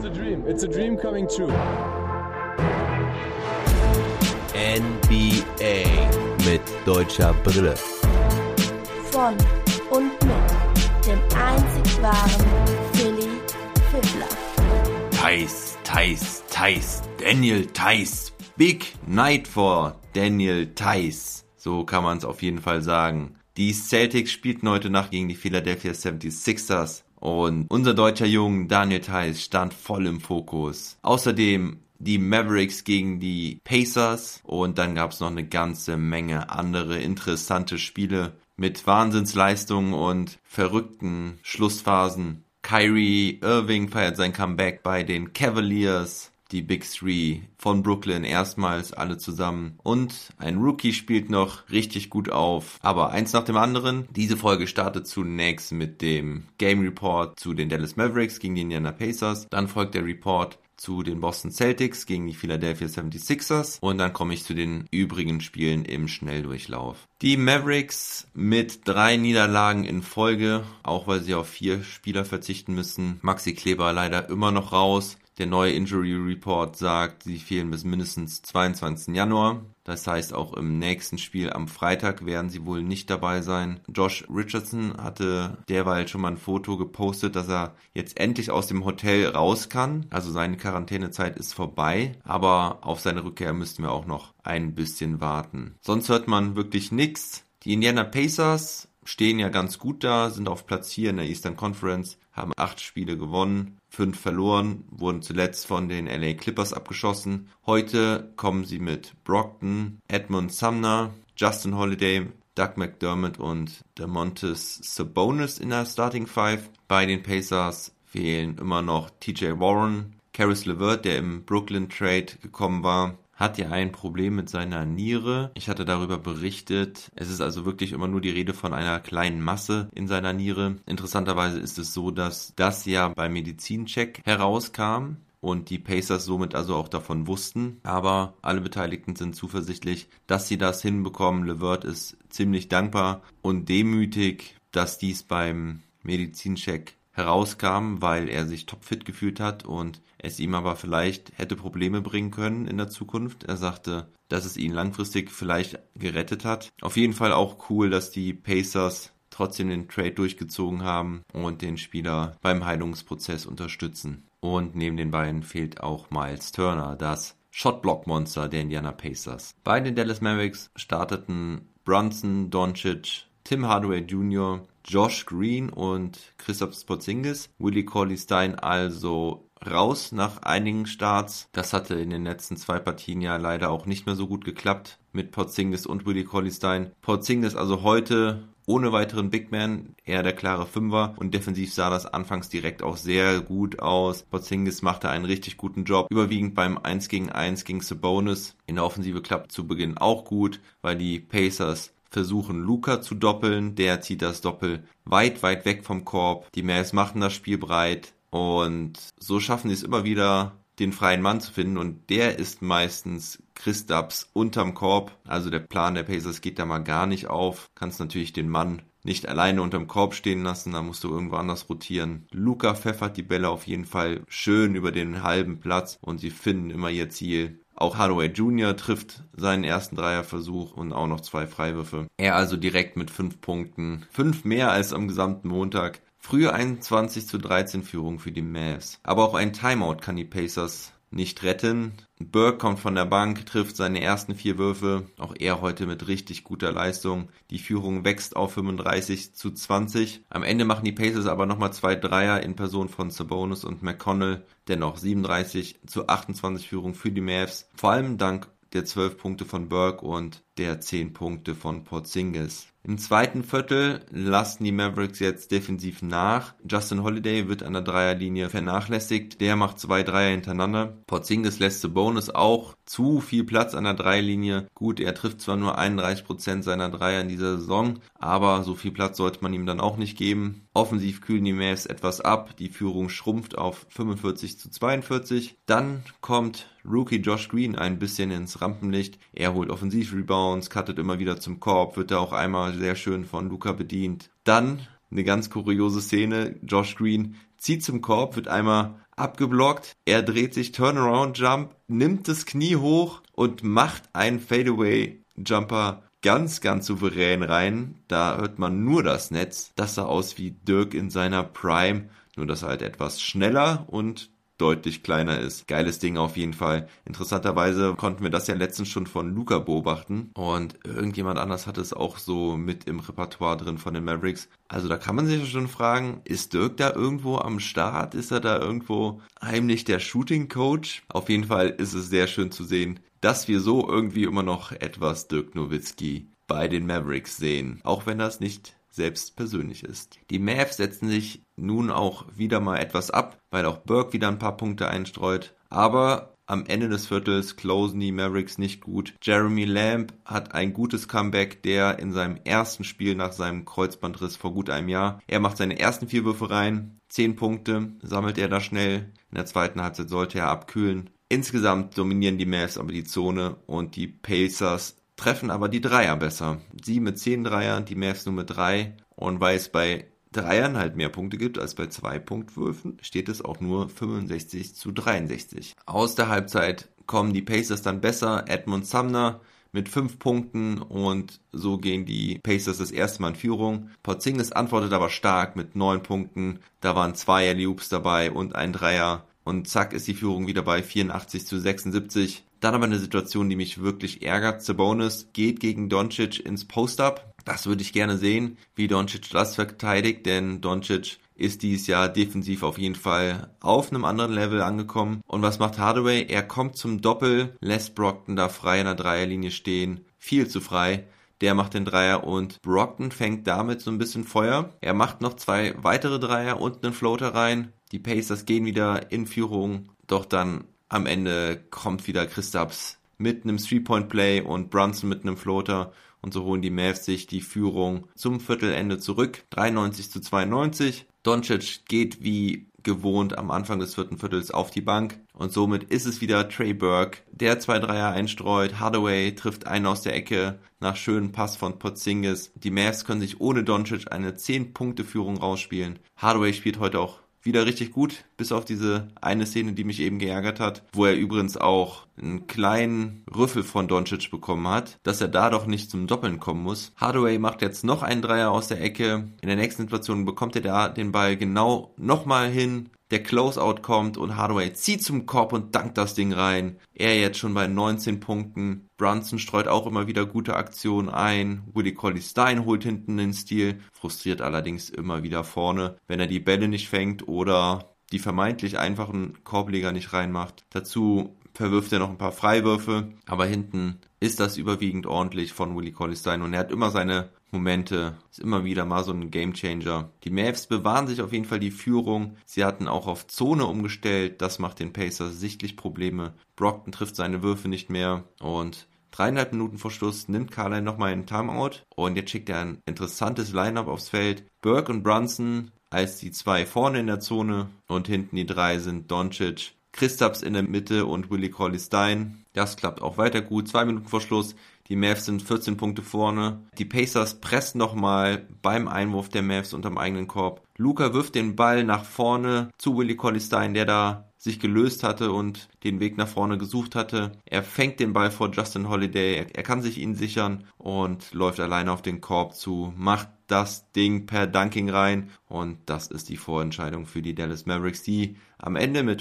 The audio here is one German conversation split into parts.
a dream. It's a dream coming true. NBA mit deutscher Brille. Von und mit dem einzig wahren Philly Fiddler. Theis. Daniel Theis. Big Night for Daniel Theis. So kann man es auf jeden Fall sagen. Die Celtics spielten heute Nacht gegen die Philadelphia 76ers. Und unser deutscher Junge Daniel Theis stand voll im Fokus. Außerdem die Mavericks gegen die Pacers. Und dann gab es noch eine ganze Menge andere interessante Spiele mit Wahnsinnsleistungen und verrückten Schlussphasen. Kyrie Irving feiert sein Comeback bei den Cavaliers. Die Big Three von Brooklyn erstmals alle zusammen. Und ein Rookie spielt noch richtig gut auf. Aber eins nach dem anderen. Diese Folge startet zunächst mit dem Game Report zu den Dallas Mavericks gegen die Indiana Pacers. Dann folgt der Report zu den Boston Celtics gegen die Philadelphia 76ers. Und dann komme ich zu den übrigen Spielen im Schnelldurchlauf. Die Mavericks mit 3 Niederlagen in Folge, auch weil sie auf 4 Spieler verzichten müssen. Maxi Kleber leider immer noch raus. Der neue Injury Report sagt, sie fehlen bis mindestens 22. Januar. Das heißt, auch im nächsten Spiel am Freitag werden sie wohl nicht dabei sein. Josh Richardson hatte derweil schon mal ein Foto gepostet, dass er jetzt endlich aus dem Hotel raus kann. Also seine Quarantänezeit ist vorbei, aber auf seine Rückkehr müssten wir auch noch ein bisschen warten. Sonst hört man wirklich nichts. Die Indiana Pacers stehen ja ganz gut da, sind auf Platz 4 in der Eastern Conference, haben 8 Spiele gewonnen, 5 verloren, wurden zuletzt von den LA Clippers abgeschossen. Heute kommen sie mit Brogdon, Edmund Sumner, Justin Holiday, Doug McDermott und Domantas Sabonis in der Starting Five. Bei den Pacers fehlen immer noch TJ Warren, Caris LeVert, der im Brooklyn Trade gekommen war, hat ja ein Problem mit seiner Niere. Ich hatte darüber berichtet. Es ist also wirklich immer nur die Rede von einer kleinen Masse in seiner Niere. Interessanterweise ist es so, dass das ja beim Medizincheck herauskam und die Pacers somit also auch davon wussten. Aber alle Beteiligten sind zuversichtlich, dass sie das hinbekommen. LeVert ist ziemlich dankbar und demütig, dass dies beim Medizincheck herauskam, weil er sich topfit gefühlt hat und es ihm aber vielleicht hätte Probleme bringen können in der Zukunft. Er sagte, dass es ihn langfristig vielleicht gerettet hat. Auf jeden Fall auch cool, dass die Pacers trotzdem den Trade durchgezogen haben und den Spieler beim Heilungsprozess unterstützen. Und neben den beiden fehlt auch Miles Turner, das Shotblock-Monster der Indiana Pacers. Bei den Dallas Mavericks starteten Brunson, Doncic, Tim Hardaway Jr., Josh Green und Kristaps Porzingis. Willie Cauley-Stein also raus nach einigen Starts. Das hatte in den letzten 2 Partien ja leider auch nicht mehr so gut geklappt mit Porzingis und Willie Cauley-Stein. Porzingis also heute ohne weiteren Big Man, eher der klare Fünfer und defensiv sah das anfangs direkt auch sehr gut aus. Porzingis machte einen richtig guten Job, überwiegend beim 1 gegen 1 gegen Sabonis. In der Offensive klappt zu Beginn auch gut, weil die Pacers versuchen Luka zu doppeln, der zieht das Doppel weit weg vom Korb. Die Mavs machen das Spiel breit und so schaffen sie es immer wieder, den freien Mann zu finden und der ist meistens Kristaps unterm Korb. Also der Plan der Pacers geht da mal gar nicht auf. Kannst natürlich den Mann nicht alleine unterm Korb stehen lassen, da musst du irgendwo anders rotieren. Luka pfeffert die Bälle auf jeden Fall schön über den halben Platz und sie finden immer ihr Ziel. Auch Hardaway Jr. trifft seinen ersten Dreierversuch und auch noch 2 Freiwürfe. Er also direkt mit 5 Punkten. 5 mehr als am gesamten Montag. Frühe 21:13 Führung für die Mavs. Aber auch ein Timeout kann die Pacers nicht retten. Burke kommt von der Bank, trifft seine ersten 4 Würfe. Auch er heute mit richtig guter Leistung. Die Führung wächst auf 35:20. Am Ende machen die Pacers aber nochmal 2 Dreier in Person von Sabonis und McConnell. Dennoch 37:28 Führung für die Mavs. Vor allem dank der 12 Punkte von Burke und der 10 Punkte von Porzingis. Im zweiten Viertel lassen die Mavericks jetzt defensiv nach. Justin Holiday wird an der Dreierlinie vernachlässigt. Der macht 2 Dreier hintereinander. Porzingis lässt Sabonis auch zu viel Platz an der Dreierlinie. Gut, er trifft zwar nur 31% seiner Dreier in dieser Saison, aber so viel Platz sollte man ihm dann auch nicht geben. Offensiv kühlen die Mavs etwas ab. Die Führung schrumpft auf 45:42. Dann kommt Rookie Josh Green ein bisschen ins Rampenlicht. Er holt Offensiv-Rebounds, cuttet immer wieder zum Korb, wird da auch einmal sehr schön von Luka bedient. Dann eine ganz kuriose Szene. Josh Green zieht zum Korb, wird einmal abgeblockt, er dreht sich, Turnaround-Jump, nimmt das Knie hoch und macht einen Fadeaway-Jumper ganz, ganz souverän rein. Da hört man nur das Netz. Das sah aus wie Dirk in seiner Prime, nur dass er halt etwas schneller und deutlich kleiner ist. Geiles Ding auf jeden Fall. Interessanterweise konnten wir das ja letztens schon von Luka beobachten und irgendjemand anders hatte es auch so mit im Repertoire drin von den Mavericks. Also da kann man sich ja schon fragen, ist Dirk da irgendwo am Start? Ist er da irgendwo heimlich der Shooting Coach? Auf jeden Fall ist es sehr schön zu sehen, dass wir so irgendwie immer noch etwas Dirk Nowitzki bei den Mavericks sehen. Auch wenn das nicht selbst persönlich ist. Die Mavs setzen sich nun auch wieder mal etwas ab, weil auch Burke wieder ein paar Punkte einstreut. Aber am Ende des Viertels closen die Mavericks nicht gut. Jeremy Lamb hat ein gutes Comeback, der in seinem ersten Spiel nach seinem Kreuzbandriss vor gut einem Jahr. Er macht seine ersten 4 Würfe rein, 10 Punkte, sammelt er da schnell. In der zweiten Halbzeit sollte er abkühlen. Insgesamt dominieren die Mavs aber die Zone und die Pacers treffen aber die Dreier besser. Sie mit 10 Dreiern, die Mavs nur mit 3. Und weil es bei Dreiern halt mehr Punkte gibt als bei 2-Punktwürfen, steht es auch nur 65-63. Aus der Halbzeit kommen die Pacers dann besser. Edmund Sumner mit 5 Punkten und so gehen die Pacers das erste Mal in Führung. Porzingis antwortet aber stark mit 9 Punkten. Da waren 2 Alley-Oops dabei und ein Dreier. Und zack ist die Führung wieder bei 84-76. Dann aber eine Situation, die mich wirklich ärgert. Sabonis geht gegen Doncic ins Post-Up. Das würde ich gerne sehen, wie Doncic das verteidigt, denn Doncic ist dieses Jahr defensiv auf jeden Fall auf einem anderen Level angekommen. Und was macht Hardaway? Er kommt zum Doppel, lässt Brogdon da frei an der Dreierlinie stehen. Viel zu frei. Der macht den Dreier und Brogdon fängt damit so ein bisschen Feuer. Er macht noch 2 weitere Dreier und einen Floater rein. Die Pacers gehen wieder in Führung, doch dann am Ende kommt wieder Kristaps mit einem 3-Point-Play und Brunson mit einem Floater und so holen die Mavs sich die Führung zum Viertelende zurück. 93-92. Doncic geht wie gewohnt am Anfang des vierten Viertels auf die Bank und somit ist es wieder Trey Burke, der 2 Dreier einstreut. Hardaway trifft einen aus der Ecke nach schönem Pass von Porzingis. Die Mavs können sich ohne Doncic eine 10-Punkte-Führung rausspielen. Hardaway spielt heute auch wieder richtig gut, bis auf diese eine Szene, die mich eben geärgert hat, wo er übrigens auch einen kleinen Rüffel von Doncic bekommen hat, dass er da doch nicht zum Doppeln kommen muss. Hardaway macht jetzt noch einen Dreier aus der Ecke. In der nächsten Situation bekommt er da den Ball genau nochmal hin. Der Closeout kommt und Hardaway zieht zum Korb und dankt das Ding rein. Er jetzt schon bei 19 Punkten. Brunson streut auch immer wieder gute Aktionen ein. Willie Cauley-Stein holt hinten den Stil, frustriert allerdings immer wieder vorne, wenn er die Bälle nicht fängt oder die vermeintlich einfachen Korbleger nicht reinmacht. Dazu verwirft er noch ein paar Freiwürfe, aber hinten ist das überwiegend ordentlich von Willie Cauley-Stein und er hat immer seine Momente, ist immer wieder mal so ein Gamechanger. Die Mavs bewahren sich auf jeden Fall die Führung. Sie hatten auch auf Zone umgestellt, das macht den Pacers sichtlich Probleme. Brogdon trifft seine Würfe nicht mehr und 3,5 Minuten vor Schluss nimmt Carlisle nochmal einen Timeout und jetzt schickt er ein interessantes Lineup aufs Feld. Burke und Brunson als die 2 vorne in der Zone und hinten die 3 sind Doncic, Kristaps in der Mitte und Willie Cauley-Stein. Das klappt auch weiter gut. 2 Minuten vor Schluss. Die Mavs sind 14 Punkte vorne. Die Pacers pressen nochmal beim Einwurf der Mavs unterm eigenen Korb. Luka wirft den Ball nach vorne zu Willie Cauley-Stein, der da sich gelöst hatte und den Weg nach vorne gesucht hatte. Er fängt den Ball vor Justin Holiday. Er kann sich ihn sichern und läuft alleine auf den Korb zu, macht das Ding per Dunking rein und das ist die Vorentscheidung für die Dallas Mavericks, die am Ende mit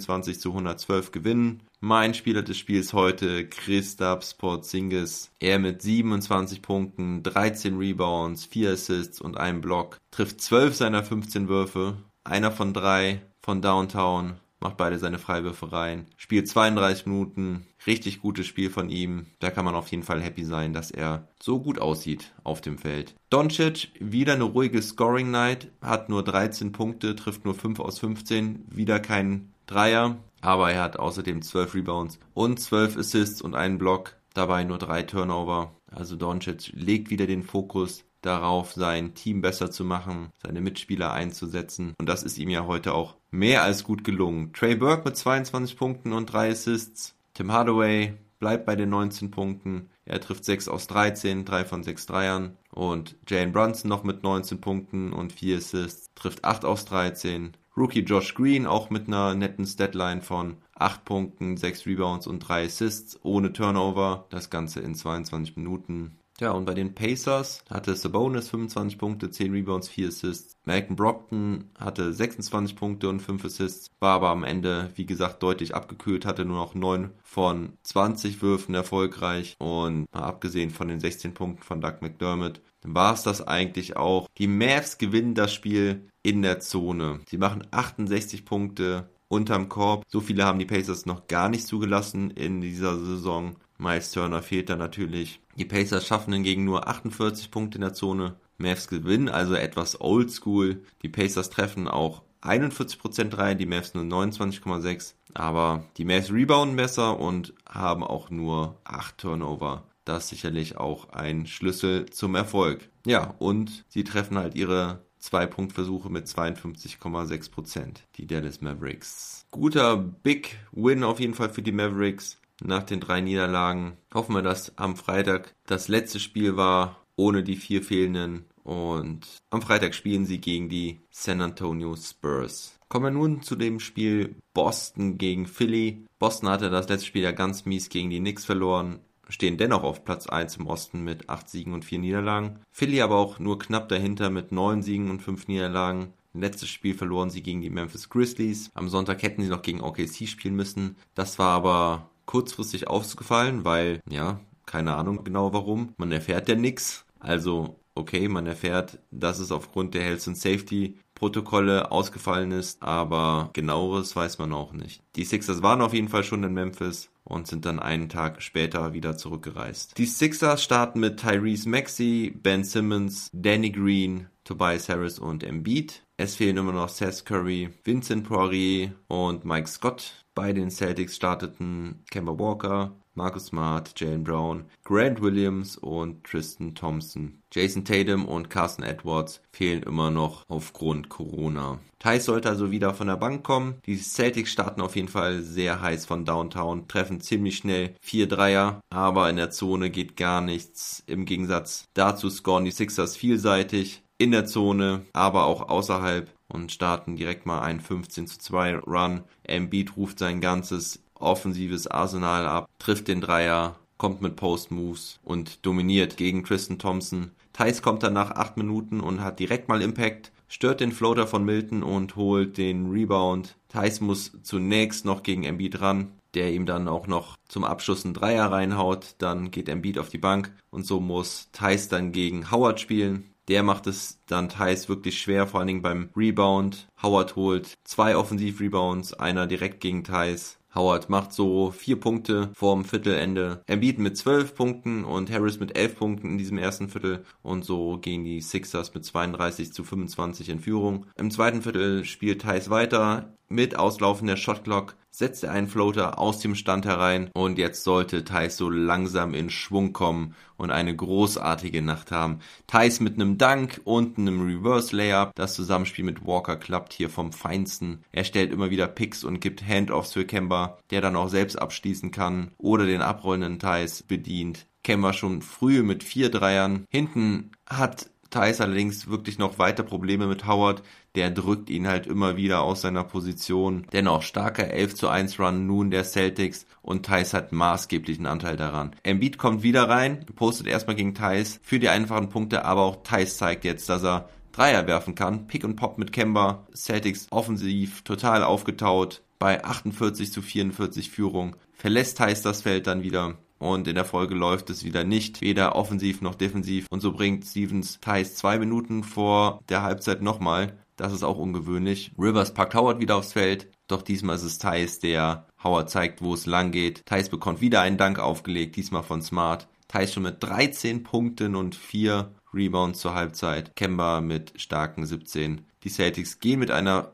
124-112 gewinnen. Mein Spieler des Spiels heute, Kristaps Porzingis. Er mit 27 Punkten, 13 Rebounds, 4 Assists und einem Block. Trifft 12 seiner 15 Würfe, einer von 3 von Downtown. Macht beide seine Freiwürfe rein. Spielt 32 Minuten. Richtig gutes Spiel von ihm. Da kann man auf jeden Fall happy sein, dass er so gut aussieht auf dem Feld. Doncic, wieder eine ruhige Scoring Night. Hat nur 13 Punkte, trifft nur 5 aus 15. Wieder kein Dreier. Aber er hat außerdem 12 Rebounds und 12 Assists und einen Block. Dabei nur 3 Turnover. Also Doncic legt wieder den Fokus darauf, sein Team besser zu machen, seine Mitspieler einzusetzen. Und das ist ihm ja heute auch mehr als gut gelungen. Trey Burke mit 22 Punkten und 3 Assists. Tim Hardaway bleibt bei den 19 Punkten. Er trifft 6 aus 13, 3 von 6 Dreiern. Und Jalen Brunson noch mit 19 Punkten und 4 Assists, trifft 8 aus 13. Rookie Josh Green auch mit einer netten Statline von 8 Punkten, 6 Rebounds und 3 Assists ohne Turnover. Das Ganze in 22 Minuten. Ja, und bei den Pacers hatte Sabonis 25 Punkte, 10 Rebounds, 4 Assists. Malcolm Brogdon hatte 26 Punkte und 5 Assists, war aber am Ende, wie gesagt, deutlich abgekühlt, hatte nur noch 9 von 20 Würfen erfolgreich. Und mal abgesehen von den 16 Punkten von Doug McDermott, war es das eigentlich auch. Die Mavs gewinnen das Spiel in der Zone. Sie machen 68 Punkte unterm Korb. So viele haben die Pacers noch gar nicht zugelassen in dieser Saison. Miles Turner fehlt da natürlich. Die Pacers schaffen hingegen nur 48 Punkte in der Zone. Mavs gewinnen, also etwas oldschool. Die Pacers treffen auch 41% Dreier, die Mavs nur 29,6. Aber die Mavs rebounden besser und haben auch nur 8 Turnover. Das ist sicherlich auch ein Schlüssel zum Erfolg. Ja, und sie treffen halt ihre 2-Punkt-Versuche mit 52,6%, die Dallas Mavericks. Guter Big Win auf jeden Fall für die Mavericks. Nach den 3 Niederlagen hoffen wir, dass am Freitag das letzte Spiel war, ohne die 4 fehlenden. Und am Freitag spielen sie gegen die San Antonio Spurs. Kommen wir nun zu dem Spiel Boston gegen Philly. Boston hatte das letzte Spiel ja ganz mies gegen die Knicks verloren, stehen dennoch auf Platz 1 im Osten mit 8 Siegen und 4 Niederlagen. Philly aber auch nur knapp dahinter mit 9 Siegen und 5 Niederlagen. Letztes Spiel verloren sie gegen die Memphis Grizzlies. Am Sonntag hätten sie noch gegen OKC spielen müssen. Das war aber kurzfristig aufgefallen, weil, ja, keine Ahnung genau warum. Man erfährt ja nichts. Also, okay, man erfährt, dass es aufgrund der Health and Safety Protokolle ausgefallen ist, aber genaueres weiß man auch nicht. Die Sixers waren auf jeden Fall schon in Memphis und sind dann einen Tag später wieder zurückgereist. Die Sixers starten mit Tyrese Maxey, Ben Simmons, Danny Green, Tobias Harris und Embiid. Es fehlen immer noch Seth Curry, Vincent Poirier und Mike Scott. Bei den Celtics starteten Kemba Walker, Marcus Smart, Jaylen Brown, Grant Williams und Tristan Thompson. Jason Tatum und Carson Edwards fehlen immer noch aufgrund Corona. Theis sollte also wieder von der Bank kommen. Die Celtics starten auf jeden Fall sehr heiß von Downtown, treffen ziemlich schnell 4 Dreier, aber in der Zone geht gar nichts. Im Gegensatz dazu scoren die Sixers vielseitig in der Zone, aber auch außerhalb und starten direkt mal einen 15-2 Run. Embiid ruft sein ganzes offensives Arsenal ab, trifft den Dreier, kommt mit Post-Moves und dominiert gegen Tristan Thompson. Theis kommt dann nach 8 Minuten und hat direkt mal Impact, stört den Floater von Milton und holt den Rebound. Theis muss zunächst noch gegen Embiid ran, der ihm dann auch noch zum Abschluss einen Dreier reinhaut. Dann geht Embiid auf die Bank und so muss Theis dann gegen Howard spielen. Der macht es dann Theis wirklich schwer, vor allen Dingen beim Rebound. Howard holt 2 Offensiv-Rebounds, einer direkt gegen Theis. Howard macht so 4 Punkte vorm Viertelende. Embiid mit 12 Punkten und Harris mit 11 Punkten in diesem ersten Viertel. Und so gehen die Sixers mit 32-25 in Führung. Im zweiten Viertel spielt Theis weiter. Mit Auslaufen der Shotclock setzt er einen Floater aus dem Stand herein. Und jetzt sollte Theis so langsam in Schwung kommen und eine großartige Nacht haben. Theis mit einem Dunk und einem Reverse Layup. Das Zusammenspiel mit Walker klappt hier vom Feinsten. Er stellt immer wieder Picks und gibt Handoffs für Kemba, der dann auch selbst abschließen kann oder den abrollenden Theis bedient. Kemba schon früh mit 4 Dreiern. Hinten hat Theis allerdings wirklich noch weiter Probleme mit Howard. Der drückt ihn halt immer wieder aus seiner Position. Dennoch starker 11-1 Run nun der Celtics und Theis hat maßgeblichen Anteil daran. Embiid kommt wieder rein, postet erstmal gegen Theis für die einfachen Punkte, aber auch Theis zeigt jetzt, dass er Dreier werfen kann. Pick und Pop mit Kemba. Celtics offensiv total aufgetaut. Bei 48-44 Führung verlässt Theis das Feld dann wieder. Und in der Folge läuft es wieder nicht, weder offensiv noch defensiv. Und so bringt Stevens Theis 2 Minuten vor der Halbzeit nochmal. Das ist auch ungewöhnlich. Rivers packt Howard wieder aufs Feld. Doch diesmal ist es Theis, der Howard zeigt, wo es lang geht. Theis bekommt wieder einen Dank aufgelegt, diesmal von Smart. Theis schon mit 13 Punkten und 4 Rebounds zur Halbzeit. Kemba mit starken 17. Die Celtics gehen mit einer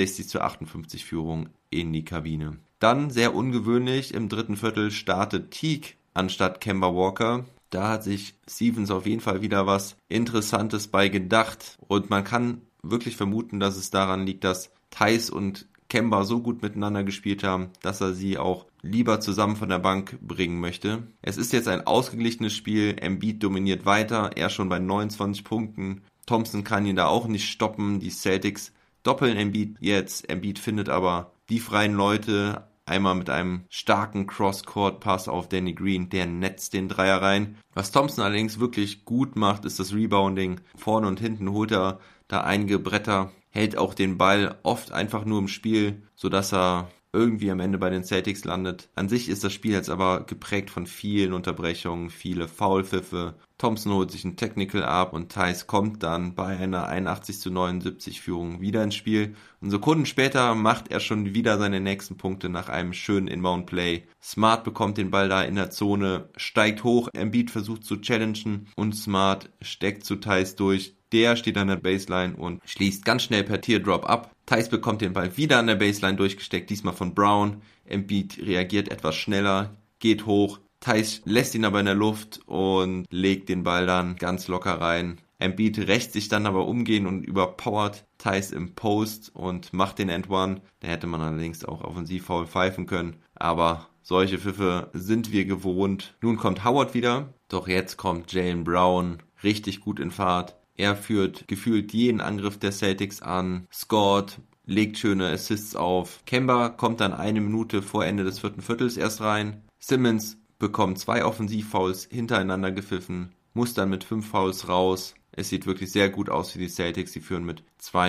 61-58 Führung in die Kabine. Dann, sehr ungewöhnlich, im dritten Viertel startet Teague anstatt Kemba Walker. Da hat sich Stevens auf jeden Fall wieder was Interessantes bei gedacht. Und man kann wirklich vermuten, dass es daran liegt, dass Theis und Kemba so gut miteinander gespielt haben, dass er sie auch lieber zusammen von der Bank bringen möchte. Es ist jetzt ein ausgeglichenes Spiel, Embiid dominiert weiter, er schon bei 29 Punkten. Thompson kann ihn da auch nicht stoppen, die Celtics doppeln Embiid jetzt. Embiid findet aber die freien Leute, einmal mit einem starken Cross-Court-Pass auf Danny Green, der netzt den Dreier rein. Was Thompson allerdings wirklich gut macht, ist das Rebounding. Vorne und hinten holt er da einige Bretter, hält auch den Ball oft einfach nur im Spiel, sodass er irgendwie am Ende bei den Celtics landet. An sich ist das Spiel jetzt aber geprägt von vielen Unterbrechungen, viele Foulpfiffe. Thompson holt sich ein Technical ab und Theis kommt dann bei einer 81-79 Führung wieder ins Spiel. Und Sekunden später macht er schon wieder seine nächsten Punkte nach einem schönen Inbound-Play. Smart bekommt den Ball da in der Zone, steigt hoch, Embiid versucht zu challengen und Smart steckt zu Theis durch. Der steht an der Baseline und schließt ganz schnell per Teardrop ab. Theis bekommt den Ball wieder an der Baseline durchgesteckt, diesmal von Brown. Embiid reagiert etwas schneller, geht hoch. Theis lässt ihn aber in der Luft und legt den Ball dann ganz locker rein. Embiid rächt sich dann aber umgehen und überpowert Theis im Post und macht den And-One. Da hätte man allerdings auch Offensivfoul pfeifen können. Aber solche Pfiffe sind wir gewohnt. Nun kommt Howard wieder, doch jetzt kommt Jaylen Brown richtig gut in Fahrt. Er führt gefühlt jeden Angriff der Celtics an, scored, legt schöne Assists auf. Kemba kommt dann 1 Minute vor Ende des 4. Viertels erst rein. Simmons bekommt 2 Offensivfouls hintereinander gepfiffen, muss dann mit 5 Fouls raus. Es sieht wirklich sehr gut aus für die Celtics, die führen mit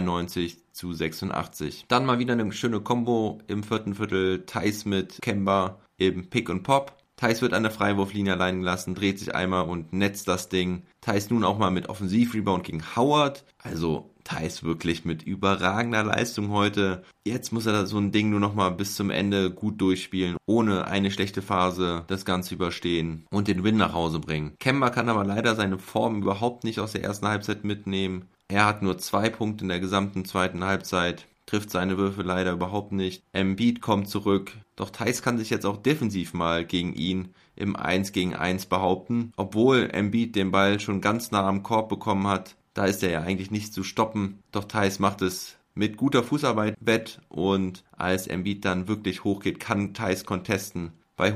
92-86. Dann mal wieder eine schöne Kombo im 4. Viertel, Theis mit Kemba im Pick und Pop. Theis wird an der Freiwurflinie allein gelassen, dreht sich einmal und netzt das Ding. Theis nun auch mal mit Offensivrebound gegen Howard. Also Theis wirklich mit überragender Leistung heute. Jetzt muss er da so ein Ding nur noch mal bis zum Ende gut durchspielen, ohne eine schlechte Phase das Ganze überstehen und den Win nach Hause bringen. Kemba kann aber leider seine Form überhaupt nicht aus der ersten Halbzeit mitnehmen. Er hat nur 2 Punkte in der gesamten zweiten Halbzeit. Trifft seine Würfe leider überhaupt nicht. Embiid kommt zurück. Doch Theis kann sich jetzt auch defensiv mal gegen ihn im 1 gegen 1 behaupten. Obwohl Embiid den Ball schon ganz nah am Korb bekommen hat. Da ist er ja eigentlich nicht zu stoppen. Doch Theis macht es mit guter Fußarbeit wett. Und als Embiid dann wirklich hochgeht, kann Theis contesten. Bei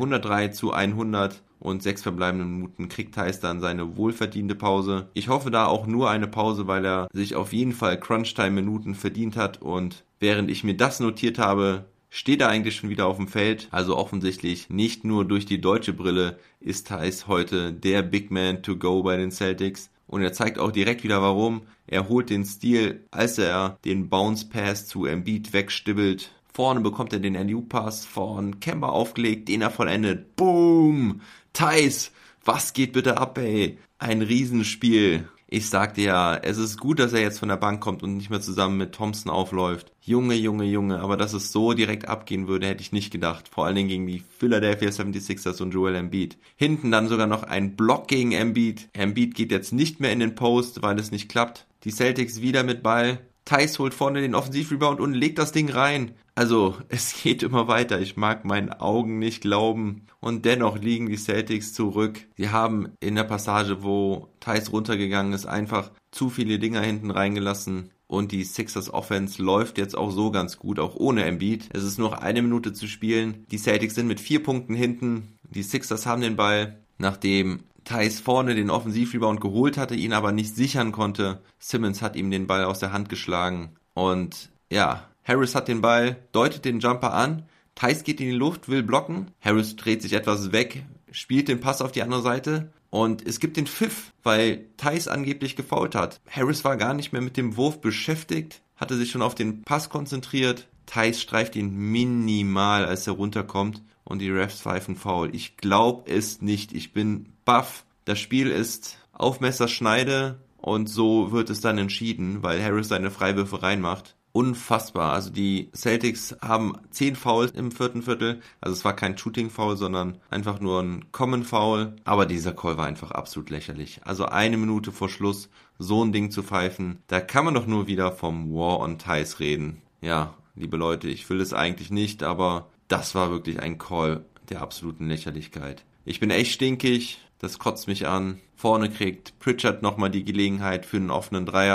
103-100 und 6 verbleibenden Minuten kriegt Theis dann seine wohlverdiente Pause. Ich hoffe da auch nur eine Pause, weil er sich auf jeden Fall Crunch-Time-Minuten verdient hat. Und während ich mir das notiert habe, steht er eigentlich schon wieder auf dem Feld. Also offensichtlich nicht nur durch die deutsche Brille ist Theis heute der Big Man to go bei den Celtics. Und er zeigt auch direkt wieder warum. Er holt den Steal, als er den Bounce Pass zu Embiid wegstibbelt. Vorne bekommt er den Alley-Oop-Pass von Kemba aufgelegt, den er vollendet. Boom! Theis, was geht bitte ab, ey? Ein Riesenspiel. Ich sagte ja, es ist gut, dass er jetzt von der Bank kommt und nicht mehr zusammen mit Thompson aufläuft. Junge, aber dass es so direkt abgehen würde, hätte ich nicht gedacht. Vor allen Dingen gegen die Philadelphia 76ers und Joel Embiid. Hinten dann sogar noch ein Block gegen Embiid. Embiid geht jetzt nicht mehr in den Post, weil es nicht klappt. Die Celtics wieder mit Ball. Theis holt vorne den Offensivrebound und legt das Ding rein. Also, es geht immer weiter. Ich mag meinen Augen nicht glauben. Und dennoch liegen die Celtics zurück. Sie haben in der Passage, wo Theis runtergegangen ist, einfach zu viele Dinger hinten reingelassen. Und die Sixers Offense läuft jetzt auch so ganz gut, auch ohne Embiid. Es ist noch 1 Minute zu spielen. Die Celtics sind mit 4 Punkten hinten. Die Sixers haben den Ball, nachdem Theis vorne den Offensivrebound geholt hatte, ihn aber nicht sichern konnte. Simmons hat ihm den Ball aus der Hand geschlagen. Und ja, Harris hat den Ball, deutet den Jumper an. Theis geht in die Luft, will blocken. Harris dreht sich etwas weg, spielt den Pass auf die andere Seite. Und es gibt den Pfiff, weil Theis angeblich gefoult hat. Harris war gar nicht mehr mit dem Wurf beschäftigt, hatte sich schon auf den Pass konzentriert. Theis streift ihn minimal, als er runterkommt. Und die Refs pfeifen Foul. Ich glaube es nicht. Ich bin baff. Das Spiel ist auf Messerschneide und so wird es dann entschieden, weil Harris seine Freiwürfe reinmacht. Unfassbar. Also die Celtics haben 10 Fouls im 4. Viertel. Also es war kein Shooting-Foul, sondern einfach nur ein Common-Foul. Aber dieser Call war einfach absolut lächerlich. Also 1 Minute vor Schluss so ein Ding zu pfeifen, da kann man doch nur wieder vom War on Theis reden. Ja, liebe Leute, ich will es eigentlich nicht, aber das war wirklich ein Call der absoluten Lächerlichkeit. Ich bin echt stinkig, das kotzt mich an. Vorne kriegt Pritchard nochmal die Gelegenheit für einen offenen Dreier.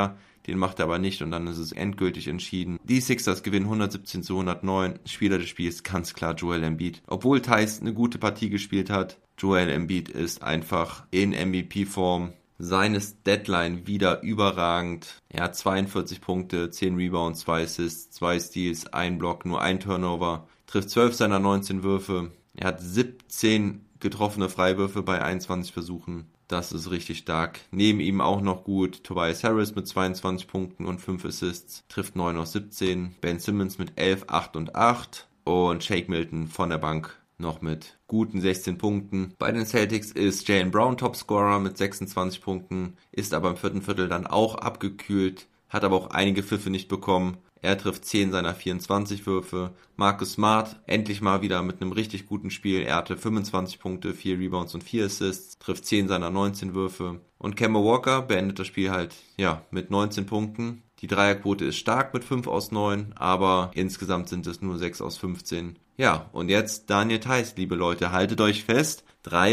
Den macht er aber nicht und dann ist es endgültig entschieden. Die Sixers gewinnen 117-109. Spieler des Spiels ganz klar Joel Embiid. Obwohl Theis eine gute Partie gespielt hat, Joel Embiid ist einfach in MVP-Form. Seine Deadline wieder überragend. Er hat 42 Punkte, 10 Rebounds, 2 Assists, 2 Steals, 1 Block, nur 1 Turnover. Trifft 12 seiner 19 Würfe. Er hat 17 getroffene Freiwürfe bei 21 Versuchen. Das ist richtig stark. Neben ihm auch noch gut Tobias Harris mit 22 Punkten und 5 Assists. Trifft 9 aus 17. Ben Simmons mit 11, 8 und 8. Und Shake Milton von der Bank noch mit guten 16 Punkten. Bei den Celtics ist Jaylen Brown Topscorer mit 26 Punkten, ist aber im vierten Viertel dann auch abgekühlt, hat aber auch einige Pfiffe nicht bekommen. Er trifft 10 seiner 24 Würfe. Marcus Smart endlich mal wieder mit einem richtig guten Spiel. Er hatte 25 Punkte, 4 Rebounds und 4 Assists, trifft 10 seiner 19 Würfe. Und Kemba Walker beendet das Spiel halt mit 19 Punkten. Die Dreierquote ist stark mit 5 aus 9, aber insgesamt sind es nur 6 aus 15. Ja, und jetzt Daniel Theis, liebe Leute, haltet euch fest.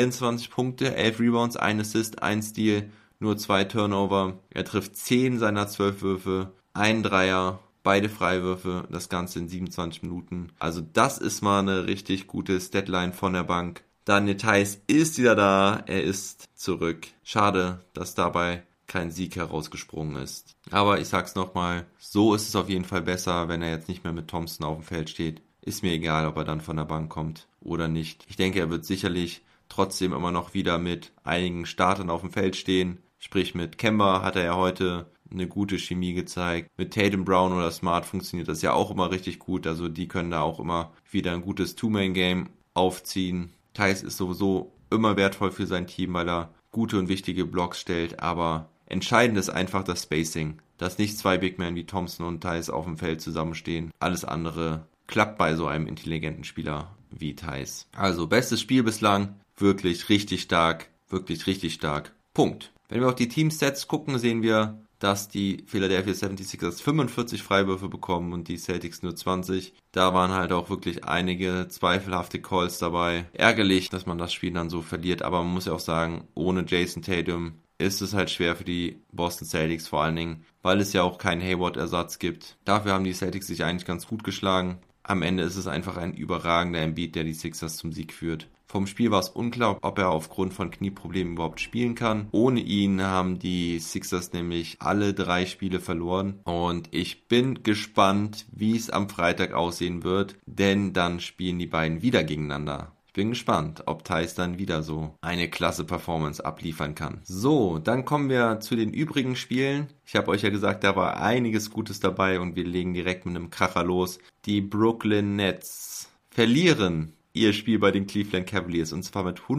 23 Punkte, 11 Rebounds, 1 Assist, 1 Steal, nur 2 Turnover. Er trifft 10 seiner 12 Würfe, 1 Dreier, beide Freiwürfe, das Ganze in 27 Minuten. Also das ist mal eine richtig gute Statline von der Bank. Daniel Theis ist wieder da, er ist zurück. Schade, dass dabei kein Sieg herausgesprungen ist. Aber ich sag's nochmal, so ist es auf jeden Fall besser, wenn er jetzt nicht mehr mit Thompson auf dem Feld steht. Ist mir egal, ob er dann von der Bank kommt oder nicht. Ich denke, er wird sicherlich trotzdem immer noch wieder mit einigen Startern auf dem Feld stehen. Sprich, mit Kemba hat er ja heute eine gute Chemie gezeigt. Mit Tatum, Brown oder Smart funktioniert das ja auch immer richtig gut. Also die können da auch immer wieder ein gutes Two-Man-Game aufziehen. Theis ist sowieso immer wertvoll für sein Team, weil er gute und wichtige Blocks stellt. Aber entscheidend ist einfach das Spacing. Dass nicht 2 Big Men wie Thompson und Theis auf dem Feld zusammenstehen. Alles andere klappt bei so einem intelligenten Spieler wie Theis. Also bestes Spiel bislang. Wirklich richtig stark. Wirklich richtig stark. Punkt. Wenn wir auf die Team-Stats gucken, sehen wir, dass die Philadelphia 76ers 45 Freiwürfe bekommen und die Celtics nur 20. Da waren halt auch wirklich einige zweifelhafte Calls dabei. Ärgerlich, dass man das Spiel dann so verliert, aber man muss ja auch sagen, ohne Jason Tatum ist es halt schwer für die Boston Celtics, vor allen Dingen, weil es ja auch keinen Hayward-Ersatz gibt. Dafür haben die Celtics sich eigentlich ganz gut geschlagen. Am Ende ist es einfach ein überragender Embiid, der die Sixers zum Sieg führt. Vom Spiel war es unklar, ob er aufgrund von Knieproblemen überhaupt spielen kann. Ohne ihn haben die Sixers nämlich alle 3 Spiele verloren. Und ich bin gespannt, wie es am Freitag aussehen wird, denn dann spielen die beiden wieder gegeneinander. Ich bin gespannt, ob Theis dann wieder so eine klasse Performance abliefern kann. So, dann kommen wir zu den übrigen Spielen. Ich habe euch ja gesagt, da war einiges Gutes dabei und wir legen direkt mit einem Kracher los. Die Brooklyn Nets verlieren ihr Spiel bei den Cleveland Cavaliers und zwar mit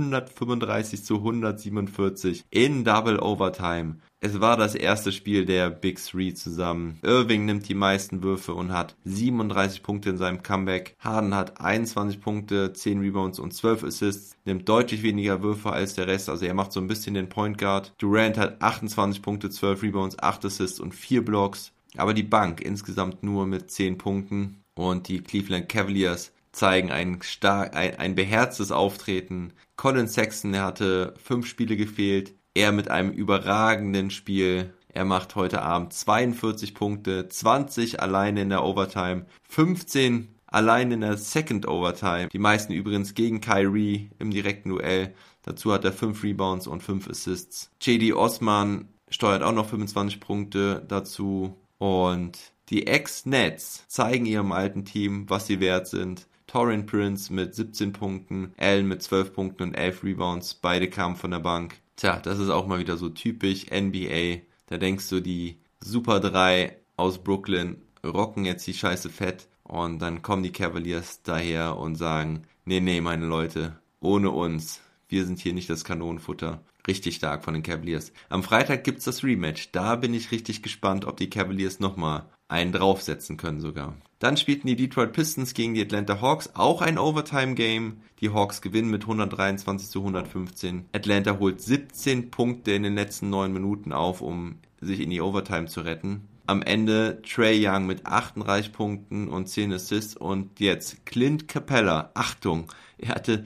135-147 in Double Overtime. Es war das erste Spiel der Big Three zusammen. Irving nimmt die meisten Würfe und hat 37 Punkte in seinem Comeback. Harden hat 21 Punkte, 10 Rebounds und 12 Assists, nimmt deutlich weniger Würfe als der Rest, also er macht so ein bisschen den Point Guard. Durant hat 28 Punkte, 12 Rebounds, 8 Assists und 4 Blocks, aber die Bank insgesamt nur mit 10 Punkten und die Cleveland Cavaliers zeigen ein beherztes Auftreten. Colin Sexton, er hatte 5 Spiele gefehlt. Er mit einem überragenden Spiel. Er macht heute Abend 42 Punkte, 20 alleine in der Overtime, 15 alleine in der Second Overtime. Die meisten übrigens gegen Kyrie im direkten Duell. Dazu hat er 5 Rebounds und 5 Assists. Cedi Osman steuert auch noch 25 Punkte dazu. Und die Ex-Nets zeigen ihrem alten Team, was sie wert sind. Taurean Prince mit 17 Punkten, Allen mit 12 Punkten und 11 Rebounds. Beide kamen von der Bank. Tja, das ist auch mal wieder so typisch NBA. Da denkst du, die Super 3 aus Brooklyn rocken jetzt die Scheiße fett. Und dann kommen die Cavaliers daher und sagen, nee, meine Leute, ohne uns. Wir sind hier nicht das Kanonenfutter. Richtig stark von den Cavaliers. Am Freitag gibt's das Rematch. Da bin ich richtig gespannt, ob die Cavaliers nochmal einen draufsetzen können sogar. Dann spielten die Detroit Pistons gegen die Atlanta Hawks, auch ein Overtime-Game. Die Hawks gewinnen mit 123-115. Atlanta holt 17 Punkte in den letzten 9 Minuten auf, um sich in die Overtime zu retten. Am Ende Trae Young mit 38 Punkten und 10 Assists und jetzt Clint Capella. Achtung, er hatte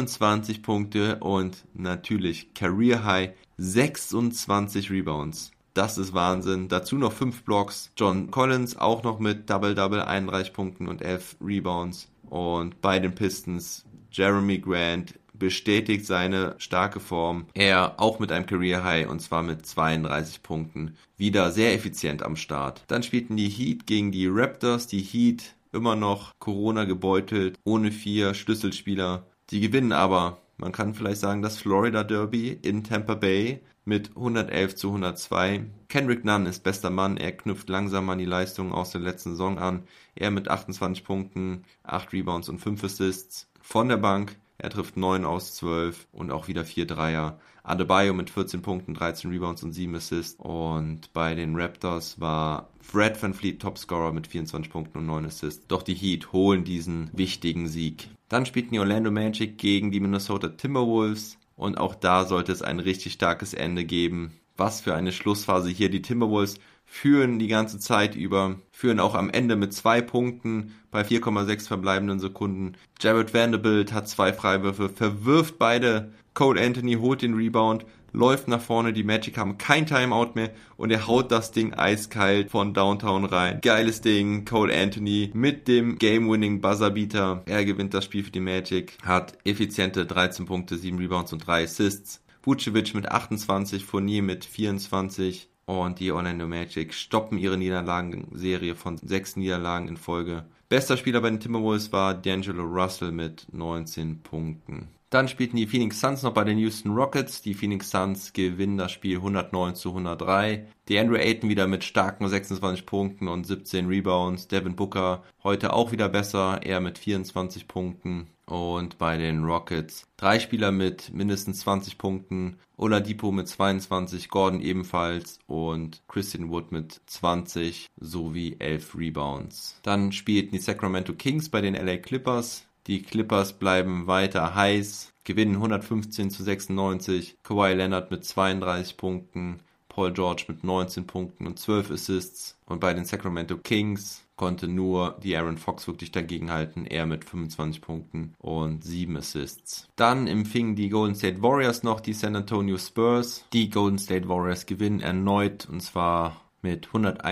27 Punkte und natürlich Career High 26 Rebounds. Das ist Wahnsinn. Dazu noch 5 Blocks. John Collins auch noch mit Double-Double, 31 Punkten und 11 Rebounds. Und bei den Pistons Jeremy Grant bestätigt seine starke Form. Er auch mit einem Career High und zwar mit 32 Punkten. Wieder sehr effizient am Start. Dann spielten die Heat gegen die Raptors. Die Heat immer noch Corona gebeutelt, ohne 4 Schlüsselspieler. Die gewinnen aber, man kann vielleicht sagen, das Florida Derby in Tampa Bay mit 111-102. Kendrick Nunn ist bester Mann. Er knüpft langsam an die Leistungen aus der letzten Saison an. Er mit 28 Punkten, 8 Rebounds und 5 Assists von der Bank. Er trifft 9 aus 12 und auch wieder 4 Dreier. Adebayo mit 14 Punkten, 13 Rebounds und 7 Assists. Und bei den Raptors war Fred VanVleet Topscorer mit 24 Punkten und 9 Assists. Doch die Heat holen diesen wichtigen Sieg. Dann spielten die Orlando Magic gegen die Minnesota Timberwolves. Und auch da sollte es ein richtig starkes Ende geben. Was für eine Schlussphase hier. Die Timberwolves führen die ganze Zeit über, führen auch am Ende mit 2 Punkten bei 4,6 verbleibenden Sekunden. Jared Vanderbilt hat 2 Freiwürfe, verwirft beide. Cole Anthony holt den Rebound, läuft nach vorne, die Magic haben kein Timeout mehr und er haut das Ding eiskalt von Downtown rein. Geiles Ding, Cole Anthony mit dem Game-Winning Buzzerbeater. Er gewinnt das Spiel für die Magic, hat effiziente 13 Punkte, 7 Rebounds und 3 Assists. Vucevic mit 28, Fournier mit 24. Und die Orlando Magic stoppen ihre Niederlagenserie von 6 Niederlagen in Folge. Bester Spieler bei den Timberwolves war D'Angelo Russell mit 19 Punkten. Dann spielten die Phoenix Suns noch bei den Houston Rockets. Die Phoenix Suns gewinnen das Spiel 109-103. DeAndre Ayton wieder mit starken 26 Punkten und 17 Rebounds. Devin Booker heute auch wieder besser, er mit 24 Punkten. Und bei den Rockets 3 Spieler mit mindestens 20 Punkten. Oladipo mit 22, Gordon ebenfalls und Christian Wood mit 20 sowie 11 Rebounds. Dann spielten die Sacramento Kings bei den LA Clippers. Die Clippers bleiben weiter heiß, gewinnen 115-96. Kawhi Leonard mit 32 Punkten, Paul George mit 19 Punkten und 12 Assists. Und bei den Sacramento Kings konnte nur De'Aaron Fox wirklich dagegenhalten, er mit 25 Punkten und 7 Assists. Dann empfingen die Golden State Warriors noch die San Antonio Spurs. Die Golden State Warriors gewinnen erneut und zwar mit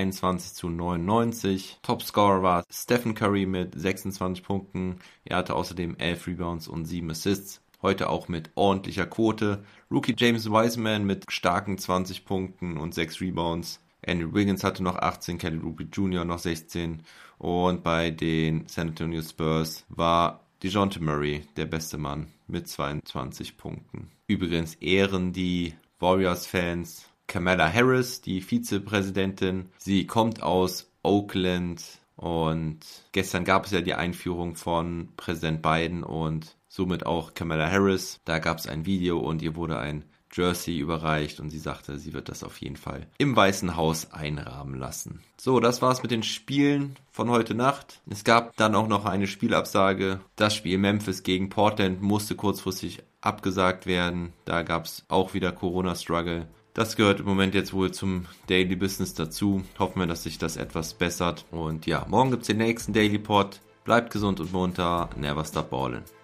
121-99. Topscorer war Stephen Curry mit 26 Punkten. Er hatte außerdem 11 Rebounds und 7 Assists. Heute auch mit ordentlicher Quote. Rookie James Wiseman mit starken 20 Punkten und 6 Rebounds. Andrew Wiggins hatte noch 18, Kelly Oubre Jr. noch 16. Und bei den San Antonio Spurs war DeJounte Murray der beste Mann mit 22 Punkten. Übrigens ehren die Warriors-Fans Kamala Harris, die Vizepräsidentin. Sie kommt aus Oakland und gestern gab es ja die Einführung von Präsident Biden und somit auch Kamala Harris. Da gab es ein Video und ihr wurde ein Jersey überreicht und sie sagte, sie wird das auf jeden Fall im Weißen Haus einrahmen lassen. So, das war's mit den Spielen von heute Nacht. Es gab dann auch noch eine Spielabsage. Das Spiel Memphis gegen Portland musste kurzfristig abgesagt werden. Da gab es auch wieder Corona-Struggle. Das gehört im Moment jetzt wohl zum Daily Business dazu. Hoffen wir, dass sich das etwas bessert. Und ja, morgen gibt es den nächsten Daily Pod. Bleibt gesund und munter. Never stop ballin'.